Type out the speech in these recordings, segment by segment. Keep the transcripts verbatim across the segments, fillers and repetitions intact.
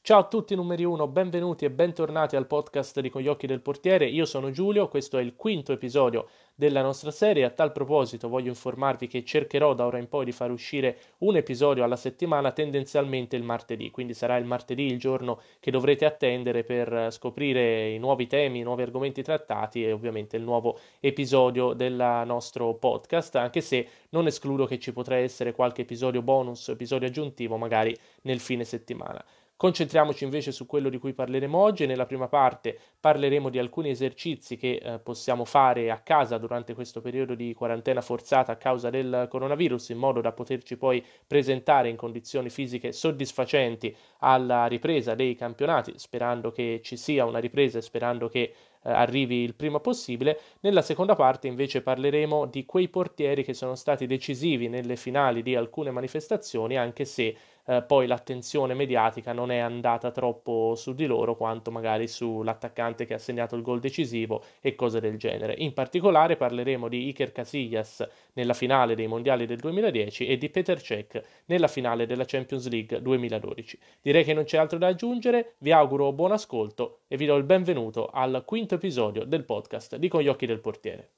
Ciao a tutti numeri uno, benvenuti e bentornati al podcast di Con gli occhi del portiere. Io sono Giulio, questo è il quinto episodio della nostra serie. A tal proposito voglio informarvi che cercherò da ora in poi di far uscire un episodio alla settimana, tendenzialmente il martedì, quindi sarà il martedì il giorno che dovrete attendere per scoprire i nuovi temi, i nuovi argomenti trattati e ovviamente il nuovo episodio del nostro podcast, anche se non escludo che ci potrà essere qualche episodio bonus, episodio aggiuntivo magari nel fine settimana. Concentriamoci invece su quello di cui parleremo oggi. Nella prima parte parleremo di alcuni esercizi che eh, possiamo fare a casa durante questo periodo di quarantena forzata a causa del coronavirus, in modo da poterci poi presentare in condizioni fisiche soddisfacenti alla ripresa dei campionati, sperando che ci sia una ripresa e sperando che eh, arrivi il prima possibile. Nella seconda parte invece parleremo di quei portieri che sono stati decisivi nelle finali di alcune manifestazioni, anche se eh, poi l'attenzione mediatica non è andata troppo su di loro quanto magari sull'attaccante che ha segnato il gol decisivo e cose del genere. In particolare parleremo di Iker Casillas nella finale dei mondiali del duemiladieci e di Petr Cech nella finale della Champions League duemiladodici. Direi che non c'è altro da aggiungere, vi auguro buon ascolto e vi do il benvenuto al quinto episodio del podcast di Con gli occhi del portiere.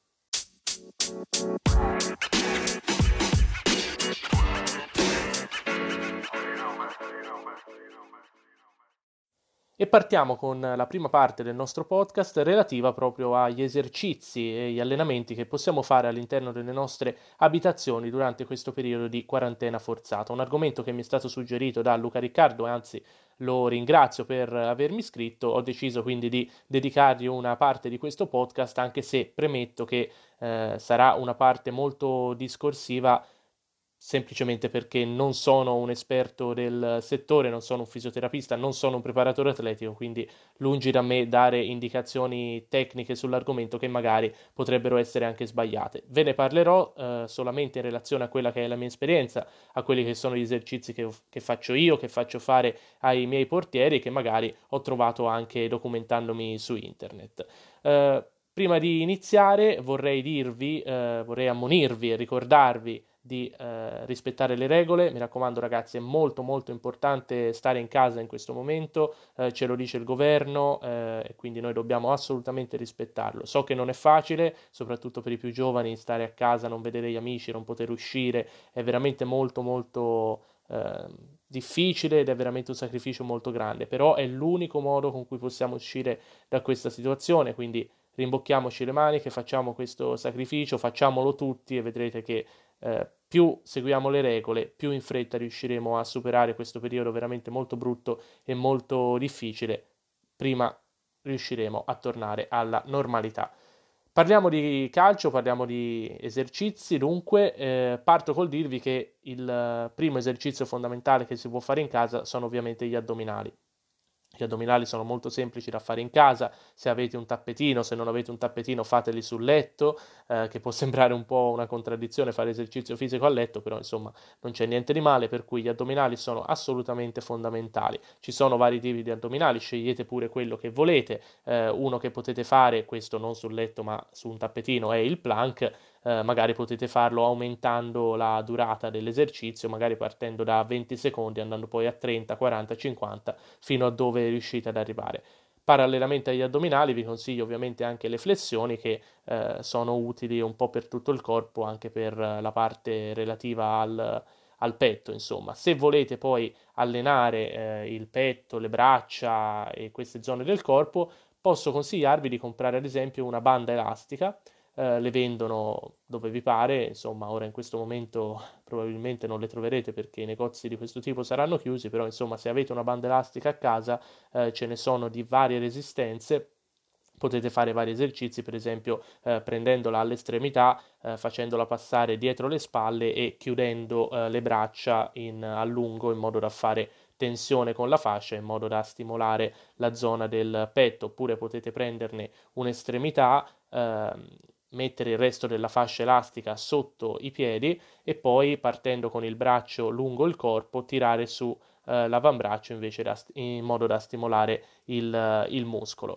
E partiamo con la prima parte del nostro podcast relativa proprio agli esercizi e agli allenamenti che possiamo fare all'interno delle nostre abitazioni durante questo periodo di quarantena forzata. Un argomento che mi è stato suggerito da Luca Riccardo, e anzi lo ringrazio per avermi scritto. Ho deciso quindi di dedicargli una parte di questo podcast, anche se premetto che eh, sarà una parte molto discorsiva, semplicemente perché non sono un esperto del settore, non sono un fisioterapista, non sono un preparatore atletico, quindi lungi da me dare indicazioni tecniche sull'argomento che magari potrebbero essere anche sbagliate. Ve ne parlerò eh, solamente in relazione a quella che è la mia esperienza, a quelli che sono gli esercizi che, che faccio io, che faccio fare ai miei portieri e che magari ho trovato anche documentandomi su internet. Eh, prima di iniziare vorrei dirvi, eh, vorrei ammonirvi e ricordarvi di eh, rispettare le regole. Mi raccomando ragazzi, è molto molto importante stare in casa in questo momento, eh, ce lo dice il governo eh, e quindi noi dobbiamo assolutamente rispettarlo. So che non è facile, soprattutto per i più giovani, stare a casa, non vedere gli amici, non poter uscire, è veramente molto molto eh, difficile ed è veramente un sacrificio molto grande, però è l'unico modo con cui possiamo uscire da questa situazione, quindi rimbocchiamoci le maniche, facciamo questo sacrificio, facciamolo tutti e vedrete che eh, più seguiamo le regole, più in fretta riusciremo a superare questo periodo veramente molto brutto e molto difficile, prima riusciremo a tornare alla normalità. Parliamo di calcio, parliamo di esercizi, dunque eh, parto col dirvi che il primo esercizio fondamentale che si può fare in casa sono ovviamente gli addominali. Gli addominali sono molto semplici da fare in casa, se avete un tappetino, se non avete un tappetino fateli sul letto, eh, che può sembrare un po' una contraddizione fare esercizio fisico a letto, però insomma non c'è niente di male, per cui gli addominali sono assolutamente fondamentali. Ci sono vari tipi di addominali, scegliete pure quello che volete, eh, uno che potete fare, questo non sul letto ma su un tappetino, è il plank. Eh, magari potete farlo aumentando la durata dell'esercizio, magari partendo da venti secondi, andando poi a trenta, quaranta, cinquanta, fino a dove riuscite ad arrivare. Parallelamente agli addominali vi consiglio ovviamente anche le flessioni che eh, sono utili un po' per tutto il corpo, anche per la parte relativa al, al petto, insomma. Se volete poi allenare eh, il petto, le braccia e queste zone del corpo, posso consigliarvi di comprare ad esempio una banda elastica. Eh, le vendono dove vi pare, insomma ora in questo momento probabilmente non le troverete perché i negozi di questo tipo saranno chiusi, però insomma se avete una banda elastica a casa eh, ce ne sono di varie resistenze. Potete fare vari esercizi, per esempio eh, prendendola all'estremità, eh, facendola passare dietro le spalle e chiudendo eh, le braccia in, a lungo in modo da fare tensione con la fascia, in modo da stimolare la zona del petto. Oppure potete prenderne un'estremità, eh, mettere il resto della fascia elastica sotto i piedi e poi partendo con il braccio lungo il corpo tirare su eh, l'avambraccio invece da, in modo da stimolare il, il muscolo.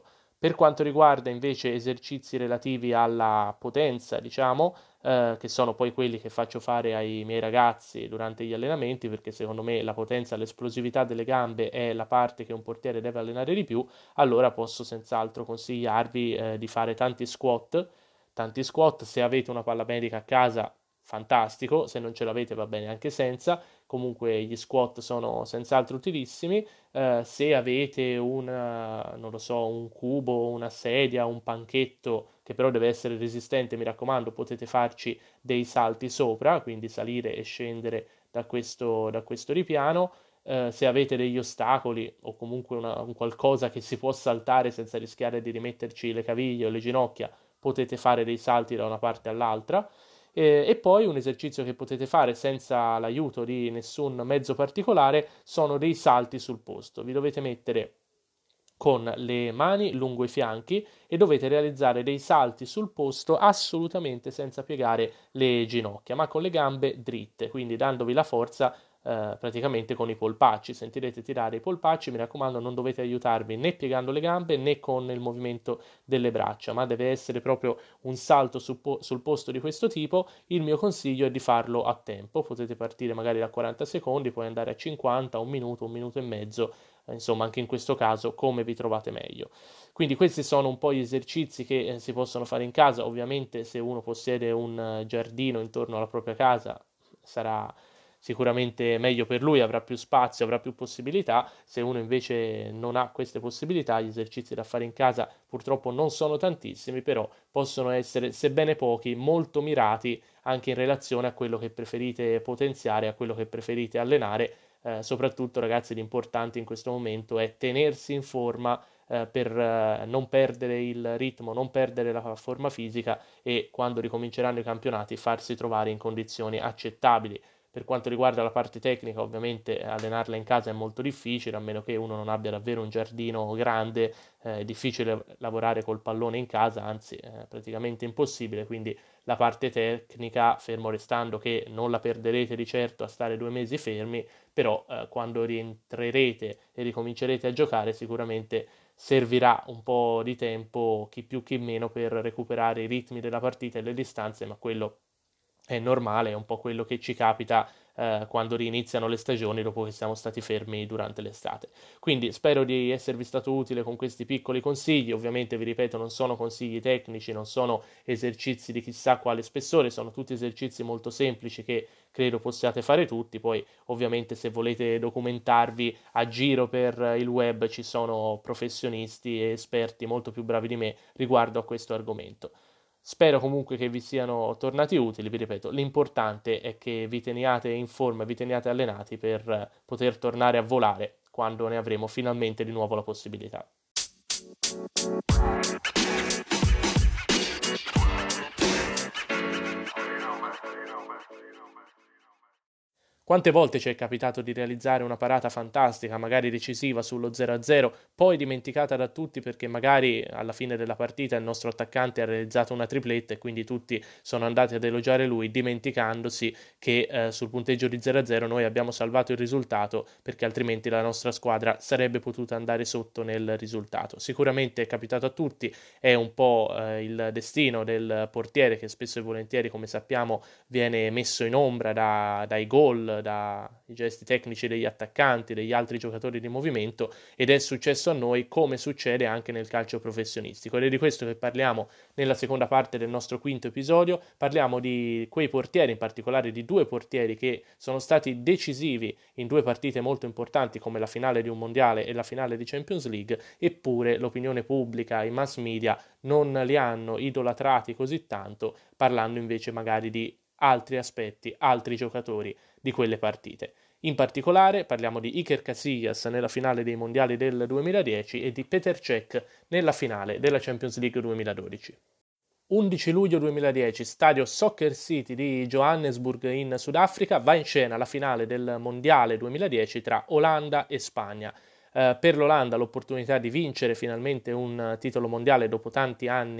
Per quanto riguarda invece esercizi relativi alla potenza, diciamo, eh, che sono poi quelli che faccio fare ai miei ragazzi durante gli allenamenti, perché secondo me la potenza, l'esplosività delle gambe è la parte che un portiere deve allenare di più, allora posso senz'altro consigliarvi eh, di fare tanti squat, tanti squat, se avete una palla medica a casa, fantastico, se non ce l'avete va bene anche senza, comunque gli squat sono senz'altro utilissimi. Eh, se avete una, non lo so, un cubo, una sedia, un panchetto che però deve essere resistente, mi raccomando, potete farci dei salti sopra, quindi salire e scendere da questo, da questo ripiano. Eh, se avete degli ostacoli o comunque una, un qualcosa che si può saltare senza rischiare di rimetterci le caviglie o le ginocchia, potete fare dei salti da una parte all'altra. E, e poi un esercizio che potete fare senza l'aiuto di nessun mezzo particolare sono dei salti sul posto. Vi dovete mettere con le mani lungo i fianchi e dovete realizzare dei salti sul posto assolutamente senza piegare le ginocchia, ma con le gambe dritte, quindi dandovi la forza eh, praticamente con i polpacci. Sentirete tirare i polpacci, mi raccomando, non dovete aiutarvi né piegando le gambe né con il movimento delle braccia, ma deve essere proprio un salto sul, po- sul posto di questo tipo. Il mio consiglio è di farlo a tempo, potete partire magari da quaranta secondi, poi andare a cinquanta, un minuto, un minuto e mezzo, insomma anche in questo caso come vi trovate meglio. Quindi questi sono un po' gli esercizi che eh, si possono fare in casa. Ovviamente se uno possiede un eh, giardino intorno alla propria casa sarà sicuramente meglio per lui, avrà più spazio, avrà più possibilità. Se uno invece non ha queste possibilità, gli esercizi da fare in casa purtroppo non sono tantissimi, però possono essere, sebbene pochi, molto mirati anche in relazione a quello che preferite potenziare, a quello che preferite allenare. Eh, soprattutto ragazzi, l'importante in questo momento è tenersi in forma eh, per eh, non perdere il ritmo, non perdere la forma fisica e quando ricominceranno i campionati farsi trovare in condizioni accettabili. Per quanto riguarda la parte tecnica, ovviamente allenarla in casa è molto difficile, a meno che uno non abbia davvero un giardino grande, eh, è difficile lavorare col pallone in casa, anzi è praticamente impossibile, quindi la parte tecnica, fermo restando che non la perderete di certo a stare due mesi fermi, però eh, quando rientrerete e ricomincerete a giocare sicuramente servirà un po' di tempo, chi più chi meno, per recuperare i ritmi della partita e le distanze, ma quello è normale, è un po' quello che ci capita eh, quando riniziano le stagioni dopo che siamo stati fermi durante l'estate. Quindi spero di esservi stato utile con questi piccoli consigli. Ovviamente, vi ripeto, non sono consigli tecnici, non sono esercizi di chissà quale spessore, sono tutti esercizi molto semplici che credo possiate fare tutti. Poi, ovviamente, se volete documentarvi a giro per il web, ci sono professionisti e esperti molto più bravi di me riguardo a questo argomento. Spero comunque che vi siano tornati utili, vi ripeto, l'importante è che vi teniate in forma e vi teniate allenati per eh, poter tornare a volare quando ne avremo finalmente di nuovo la possibilità. Quante volte ci è capitato di realizzare una parata fantastica, magari decisiva sullo zero a zero, poi dimenticata da tutti perché magari alla fine della partita il nostro attaccante ha realizzato una tripletta e quindi tutti sono andati ad elogiare lui, dimenticandosi che eh, sul punteggio di zero a zero noi abbiamo salvato il risultato perché altrimenti la nostra squadra sarebbe potuta andare sotto nel risultato. Sicuramente è capitato a tutti, è un po' eh, il destino del portiere che spesso e volentieri, come sappiamo, viene messo in ombra da, dai gol, dai gesti tecnici degli attaccanti, degli altri giocatori di movimento, ed è successo a noi come succede anche nel calcio professionistico, ed è di questo che parliamo nella seconda parte del nostro quinto episodio. Parliamo di quei portieri, in particolare di due portieri che sono stati decisivi in due partite molto importanti come la finale di un mondiale e la finale di Champions League, eppure l'opinione pubblica, i mass media non li hanno idolatrati così tanto, parlando invece magari di altri aspetti, altri giocatori di quelle partite. In particolare parliamo di Iker Casillas nella finale dei mondiali del duemiladieci e di Petr Cech nella finale della Champions League duemiladodici. undici luglio duemiladieci, stadio Soccer City di Johannesburg in Sudafrica, va in scena la finale del mondiale duemiladieci tra Olanda e Spagna. Uh, per l'Olanda l'opportunità di vincere finalmente un titolo mondiale dopo tanti anni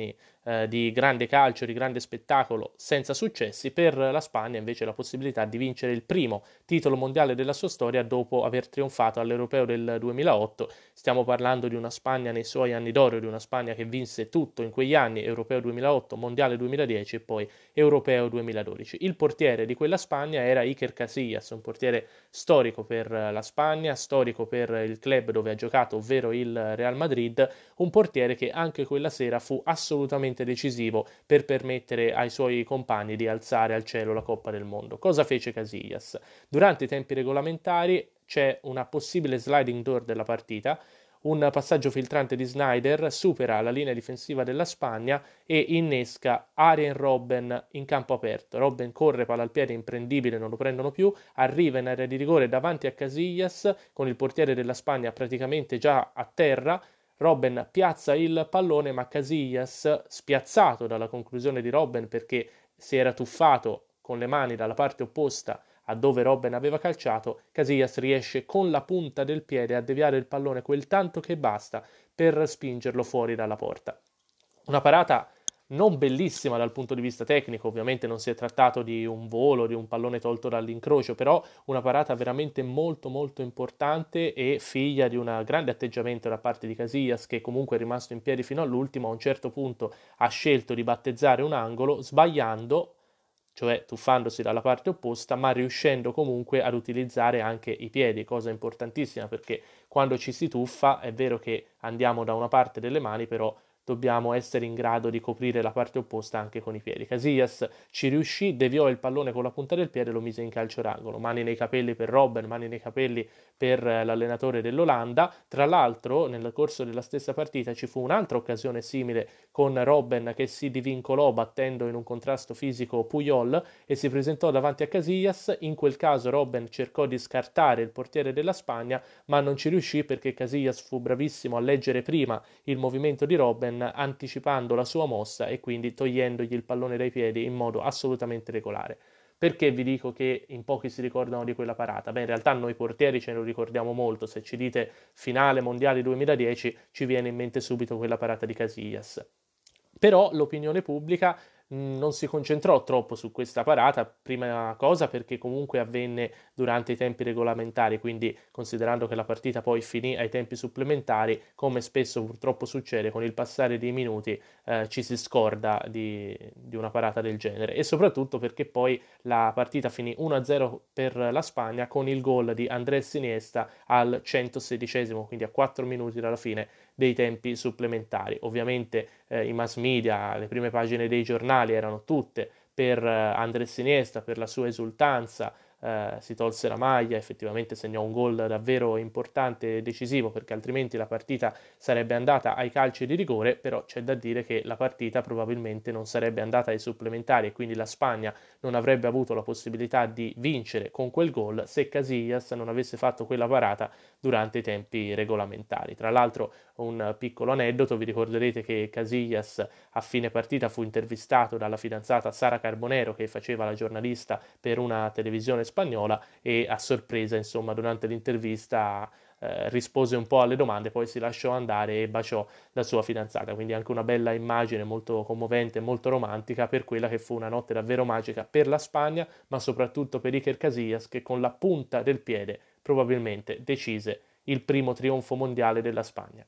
eh, di grande calcio, di grande spettacolo, senza successi. Per la Spagna invece la possibilità di vincere il primo titolo mondiale della sua storia dopo aver trionfato all'Europeo del duemilaotto. Stiamo parlando di una Spagna nei suoi anni d'oro, di una Spagna che vinse tutto in quegli anni, Europeo duemilaotto, Mondiale duemiladieci e poi Europeo duemiladodici. Il portiere di quella Spagna era Iker Casillas, un portiere storico per la Spagna, storico per il club dove ha giocato, ovvero il Real Madrid, un portiere che anche quella sera fu assolutamente decisivo per permettere ai suoi compagni di alzare al cielo la Coppa del Mondo. Cosa fece Casillas? Durante i tempi regolamentari c'è una possibile sliding door della partita, un passaggio filtrante di Snyder supera la linea difensiva della Spagna e innesca Arjen Robben in campo aperto. Robben corre, palla al piede, imprendibile, non lo prendono più, arriva in area di rigore davanti a Casillas con il portiere della Spagna praticamente già a terra. Robben piazza il pallone, ma Casillas, spiazzato dalla conclusione di Robben perché si era tuffato con le mani dalla parte opposta a dove Robben aveva calciato, Casillas riesce con la punta del piede a deviare il pallone quel tanto che basta per spingerlo fuori dalla porta. Una parata non bellissima dal punto di vista tecnico, ovviamente non si è trattato di un volo, di un pallone tolto dall'incrocio, però una parata veramente molto molto importante e figlia di un grande atteggiamento da parte di Casillas, che comunque è rimasto in piedi fino all'ultimo. A un certo punto ha scelto di battezzare un angolo sbagliando, cioè tuffandosi dalla parte opposta, ma riuscendo comunque ad utilizzare anche i piedi, cosa importantissima perché quando ci si tuffa è vero che andiamo da una parte delle mani, però dobbiamo essere in grado di coprire la parte opposta anche con i piedi. Casillas ci riuscì, deviò il pallone con la punta del piede e lo mise in calcio d'angolo. Mani nei capelli per Robben, mani nei capelli per l'allenatore dell'Olanda. Tra l'altro, nel corso della stessa partita ci fu un'altra occasione simile con Robben che si divincolò battendo in un contrasto fisico Puyol e si presentò davanti a Casillas. In quel caso Robben cercò di scartare il portiere della Spagna, ma non ci riuscì perché Casillas fu bravissimo a leggere prima il movimento di Robben, anticipando la sua mossa e quindi togliendogli il pallone dai piedi in modo assolutamente regolare. Perché vi dico che in pochi si ricordano di quella parata? Beh, in realtà noi portieri ce lo ricordiamo molto. Se ci dite finale mondiale duemiladieci ci viene in mente subito quella parata di Casillas. Però l'opinione pubblica non si concentrò troppo su questa parata, prima cosa perché comunque avvenne durante i tempi regolamentari, quindi considerando che la partita poi finì ai tempi supplementari, come spesso purtroppo succede con il passare dei minuti, eh, ci si scorda di, di una parata del genere, e soprattutto perché poi la partita finì uno a zero per la Spagna con il gol di Andrés Iniesta al centosedicesimo, quindi a quattro minuti dalla fine dei tempi supplementari. Ovviamente eh, i mass media, le prime pagine dei giornali erano tutte per eh, Andrés Iniesta, per la sua esultanza, eh, si tolse la maglia, effettivamente segnò un gol davvero importante e decisivo perché altrimenti la partita sarebbe andata ai calci di rigore, però c'è da dire che la partita probabilmente non sarebbe andata ai supplementari e quindi la Spagna non avrebbe avuto la possibilità di vincere con quel gol se Casillas non avesse fatto quella parata durante i tempi regolamentari. Tra l'altro, un piccolo aneddoto, vi ricorderete che Casillas a fine partita fu intervistato dalla fidanzata Sara Carbonero, che faceva la giornalista per una televisione spagnola, e a sorpresa, insomma, durante l'intervista eh, rispose un po' alle domande, poi si lasciò andare e baciò la sua fidanzata, quindi anche una bella immagine molto commovente e molto romantica per quella che fu una notte davvero magica per la Spagna, ma soprattutto per Iker Casillas, che con la punta del piede probabilmente decise il primo trionfo mondiale della Spagna.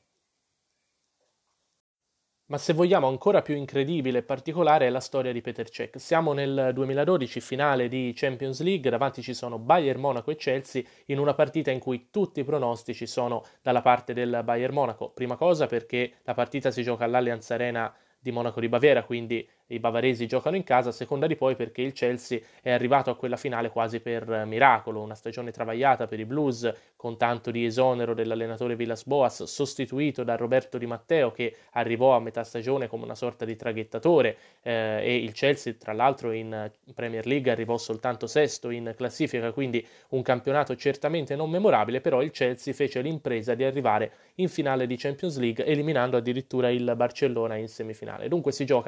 Ma se vogliamo ancora più incredibile e particolare è la storia di Petr Cech. Siamo nel duemiladodici, finale di Champions League, davanti ci sono Bayern Monaco e Chelsea in una partita in cui tutti i pronostici sono dalla parte del Bayern Monaco. Prima cosa perché la partita si gioca all'Allianz Arena di Monaco di Baviera, quindi i bavaresi giocano in casa, seconda di poi perché il Chelsea è arrivato a quella finale quasi per miracolo, una stagione travagliata per i Blues, con tanto di esonero dell'allenatore Villas-Boas, sostituito da Roberto Di Matteo che arrivò a metà stagione come una sorta di traghettatore, eh, e il Chelsea tra l'altro in Premier League arrivò soltanto sesto in classifica, quindi un campionato certamente non memorabile, però il Chelsea fece l'impresa di arrivare in finale di Champions League eliminando addirittura il Barcellona in semifinale. Dunque si gioca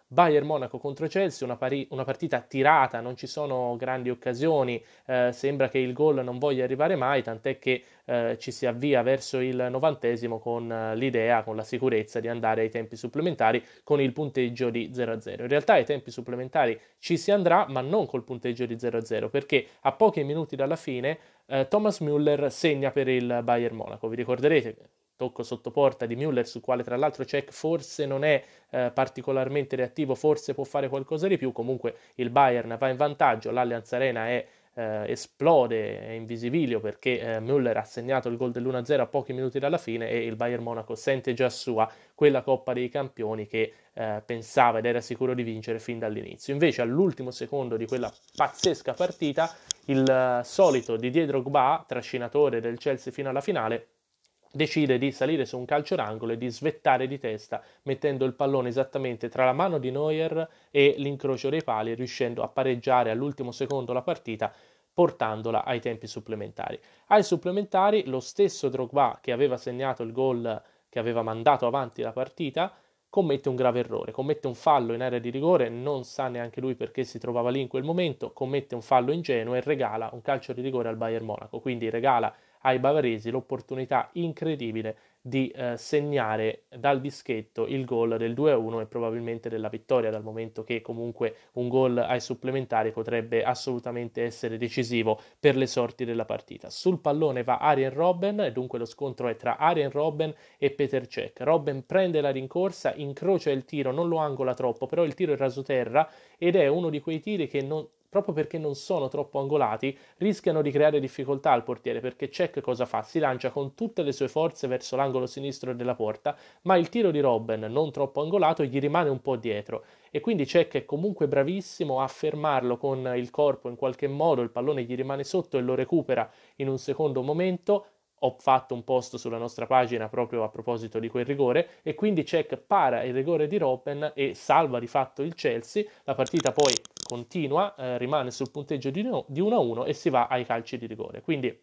Bayern Monaco contro Chelsea, una, pari- una partita tirata, non ci sono grandi occasioni, eh, sembra che il gol non voglia arrivare mai, tant'è che eh, ci si avvia verso il novantesimo con eh, l'idea, con la sicurezza di andare ai tempi supplementari con il punteggio di zero a zero. In realtà ai tempi supplementari ci si andrà, ma non col punteggio di zero a zero, perché a pochi minuti dalla fine eh, Thomas Müller segna per il Bayern Monaco. Vi ricorderete? Tocco sotto porta di Müller, sul quale tra l'altro Cech forse non è eh, particolarmente reattivo, forse può fare qualcosa di più, comunque il Bayern va in vantaggio, l'Allianz Arena è, eh, esplode, è invisibilio perché eh, Müller ha segnato il gol dell'uno a zero a pochi minuti dalla fine e il Bayern Monaco sente già sua quella Coppa dei Campioni che eh, pensava ed era sicuro di vincere fin dall'inizio. Invece all'ultimo secondo di quella pazzesca partita il uh, solito Didier Drogba, trascinatore del Chelsea fino alla finale, decide di salire su un calcio d'angolo e di svettare di testa, mettendo il pallone esattamente tra la mano di Neuer e l'incrocio dei pali, riuscendo a pareggiare all'ultimo secondo la partita, portandola ai tempi supplementari. Ai supplementari lo stesso Drogba che aveva segnato il gol che aveva mandato avanti la partita commette un grave errore, commette un fallo in area di rigore, non sa neanche lui perché si trovava lì in quel momento, commette un fallo ingenuo e regala un calcio di rigore al Bayern Monaco, quindi regala ai bavaresi l'opportunità incredibile di eh, segnare dal dischetto il gol del due a uno e probabilmente della vittoria, dal momento che comunque un gol ai supplementari potrebbe assolutamente essere decisivo per le sorti della partita. Sul pallone va Arjen Robben e dunque lo scontro è tra Arjen Robben e Petr Cech. Robben prende la rincorsa, incrocia il tiro, non lo angola troppo, però il tiro è rasoterra ed è uno di quei tiri che non proprio perché non sono troppo angolati, rischiano di creare difficoltà al portiere, perché Cech cosa fa? Si lancia con tutte le sue forze verso l'angolo sinistro della porta, ma il tiro di Robben, non troppo angolato, gli rimane un po' dietro. E quindi Cech è comunque bravissimo a fermarlo con il corpo in qualche modo, il pallone gli rimane sotto e lo recupera in un secondo momento. Ho fatto un post sulla nostra pagina proprio a proposito di quel rigore e quindi Cech para il rigore di Robben e salva di fatto il Chelsea. La partita poi continua, eh, rimane sul punteggio di, no, di uno a uno e si va ai calci di rigore. Quindi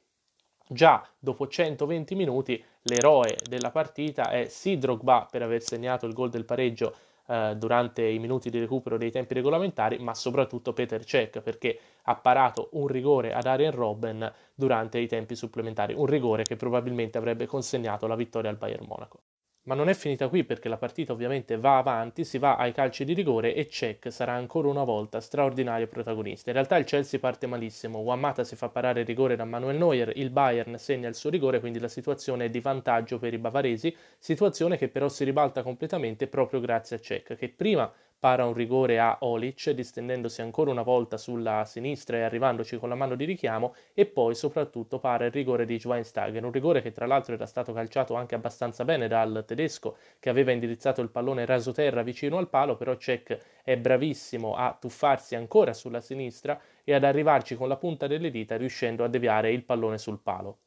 già dopo centoventi minuti l'eroe della partita è sì Drogba per aver segnato il gol del pareggio eh, durante i minuti di recupero dei tempi regolamentari, ma soprattutto Petr Cech perché ha parato un rigore ad Arjen Robben durante i tempi supplementari, un rigore che probabilmente avrebbe consegnato la vittoria al Bayern Monaco. Ma non è finita qui perché la partita ovviamente va avanti, si va ai calci di rigore e Cech sarà ancora una volta straordinario protagonista. In realtà il Chelsea parte malissimo, Juan Mata si fa parare il rigore da Manuel Neuer, il Bayern segna il suo rigore, quindi la situazione è di vantaggio per i bavaresi, situazione che però si ribalta completamente proprio grazie a Cech, che prima para un rigore a Olic, distendendosi ancora una volta sulla sinistra e arrivandoci con la mano di richiamo, e poi soprattutto para il rigore di Schweinsteiger, un rigore che tra l'altro era stato calciato anche abbastanza bene dal tedesco, che aveva indirizzato il pallone rasoterra vicino al palo, però Cech è bravissimo a tuffarsi ancora sulla sinistra e ad arrivarci con la punta delle dita, riuscendo a deviare il pallone sul palo.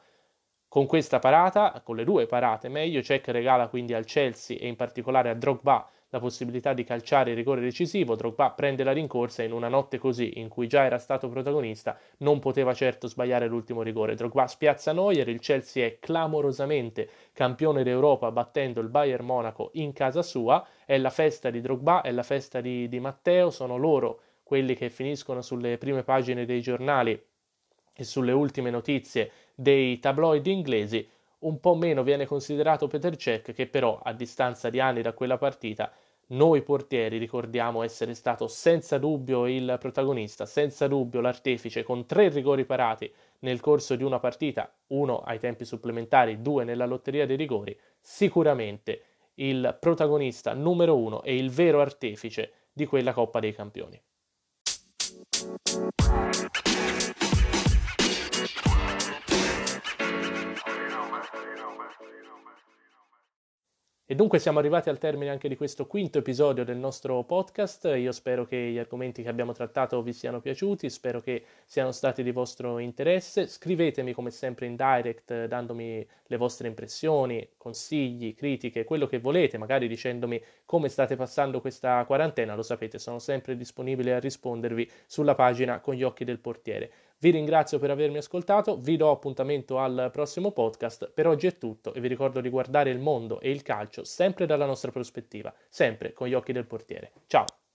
Con questa parata, con le due parate meglio, Cech regala quindi al Chelsea e in particolare a Drogba la possibilità di calciare il rigore decisivo. Drogba prende la rincorsa in una notte così, in cui già era stato protagonista, non poteva certo sbagliare l'ultimo rigore. Drogba spiazza Neuer, il Chelsea è clamorosamente campione d'Europa battendo il Bayern Monaco in casa sua, è la festa di Drogba, è la festa di, di Matteo, sono loro quelli che finiscono sulle prime pagine dei giornali e sulle ultime notizie dei tabloid inglesi. Un po' meno viene considerato Petr Cech, che però a distanza di anni da quella partita noi portieri ricordiamo essere stato senza dubbio il protagonista, senza dubbio l'artefice, con tre rigori parati nel corso di una partita, uno ai tempi supplementari, due nella lotteria dei rigori, sicuramente il protagonista numero uno e il vero artefice di quella Coppa dei Campioni. E dunque siamo arrivati al termine anche di questo quinto episodio del nostro podcast. Io spero che gli argomenti che abbiamo trattato vi siano piaciuti, spero che siano stati di vostro interesse. Scrivetemi come sempre in direct dandomi le vostre impressioni, consigli, critiche, quello che volete, magari dicendomi come state passando questa quarantena. Lo sapete, sono sempre disponibile a rispondervi sulla pagina Con gli occhi del portiere. Vi ringrazio per avermi ascoltato, vi do appuntamento al prossimo podcast. Per oggi è tutto e vi ricordo di guardare il mondo e il calcio calcio, sempre dalla nostra prospettiva, sempre con gli occhi del portiere. Ciao!